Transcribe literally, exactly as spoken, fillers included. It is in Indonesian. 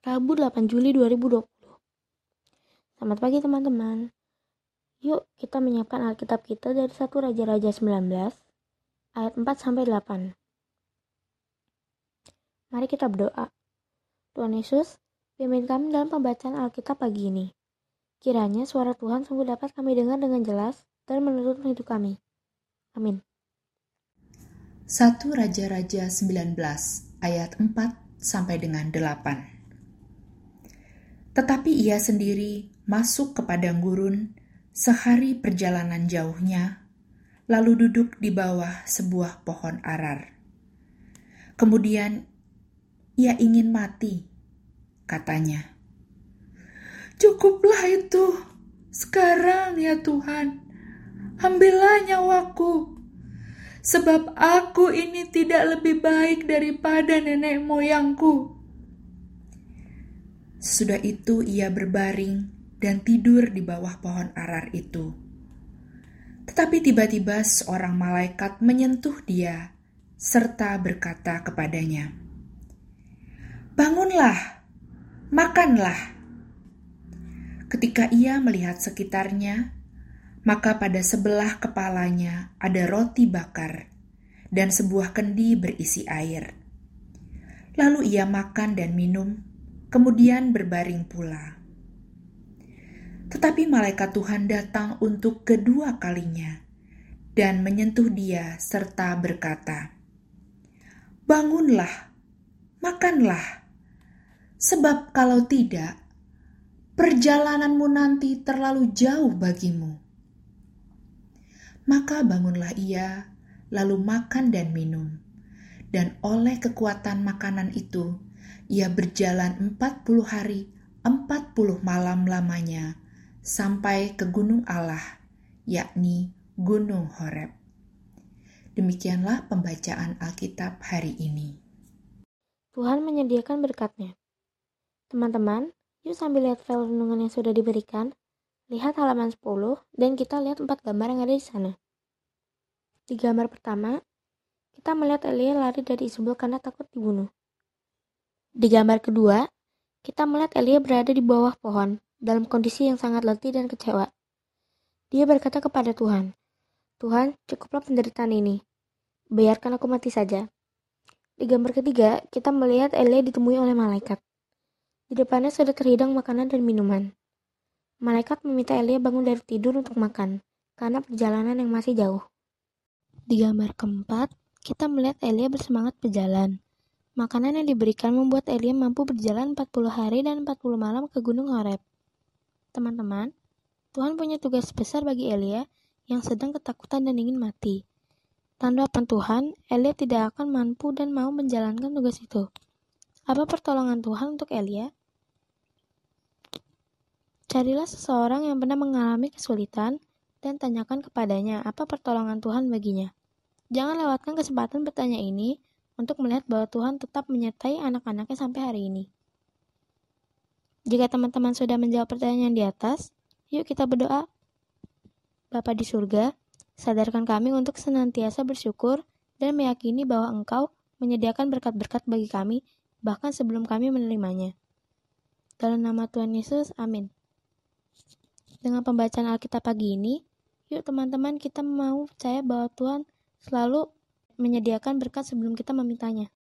Rabu delapan Juli dua ribu dua puluh. Selamat pagi teman-teman. Yuk kita menyiapkan Alkitab kita dari satu Raja-Raja sembilan belas ayat empat sampai delapan. Mari kita berdoa. Tuhan Yesus, pimpin kami dalam pembacaan Alkitab pagi ini. Kiranya suara Tuhan sungguh dapat kami dengar dengan jelas dan menuntun hidup kami. Amin. satu Raja-Raja sembilan belas ayat empat sampai dengan delapan. Tetapi ia sendiri masuk ke padang gurun sehari perjalanan jauhnya, lalu duduk di bawah sebuah pohon arar. Kemudian ia ingin mati, katanya. "Cukuplah itu, sekarang ya Tuhan, ambillah nyawaku, sebab aku ini tidak lebih baik daripada nenek moyangku." Sesudah itu ia berbaring dan tidur di bawah pohon arar itu. Tetapi tiba-tiba seorang malaikat menyentuh dia serta berkata kepadanya, "Bangunlah, makanlah." Ketika ia melihat sekitarnya, maka pada sebelah kepalanya ada roti bakar dan sebuah kendi berisi air. Lalu ia makan dan minum, kemudian berbaring pula. Tetapi malaikat Tuhan datang untuk kedua kalinya dan menyentuh dia serta berkata, "Bangunlah, makanlah, sebab kalau tidak, perjalananmu nanti terlalu jauh bagimu." Maka bangunlah ia, lalu makan dan minum, dan oleh kekuatan makanan itu, ia berjalan empat puluh hari, empat puluh malam lamanya, sampai ke gunung Allah, yakni Gunung Horeb. Demikianlah pembacaan Alkitab hari ini. Tuhan menyediakan berkat-Nya. Teman-teman, yuk sambil lihat file renungan yang sudah diberikan, lihat halaman sepuluh dan kita lihat empat gambar yang ada di sana. Di gambar pertama, kita melihat Elia lari dari Isabel karena takut dibunuh. Di gambar kedua, kita melihat Elia berada di bawah pohon dalam kondisi yang sangat letih dan kecewa. Dia berkata kepada Tuhan, "Tuhan, cukuplah penderitaan ini. Biarkan aku mati saja." Di gambar ketiga, kita melihat Elia ditemui oleh malaikat. Di depannya sudah terhidang makanan dan minuman. Malaikat meminta Elia bangun dari tidur untuk makan, karena perjalanan yang masih jauh. Di gambar keempat, kita melihat Elia bersemangat berjalan. Makanan yang diberikan membuat Elia mampu berjalan empat puluh hari dan empat puluh malam ke Gunung Horeb. Teman-teman, Tuhan punya tugas besar bagi Elia yang sedang ketakutan dan ingin mati. Tanpa bantuan Tuhan, Elia tidak akan mampu dan mau menjalankan tugas itu. Apa pertolongan Tuhan untuk Elia? Carilah seseorang yang pernah mengalami kesulitan dan tanyakan kepadanya apa pertolongan Tuhan baginya. Jangan lewatkan kesempatan bertanya ini untuk melihat bahwa Tuhan tetap menyertai anak-anaknya sampai hari ini. Jika teman-teman sudah menjawab pertanyaan di atas, yuk kita berdoa. Bapa di surga, sadarkan kami untuk senantiasa bersyukur dan meyakini bahwa Engkau menyediakan berkat-berkat bagi kami, bahkan sebelum kami menerimanya. Dalam nama Tuhan Yesus, amin. Dengan pembacaan Alkitab pagi ini, yuk teman-teman kita mau percaya bahwa Tuhan selalu menyediakan berkat sebelum kita memintanya.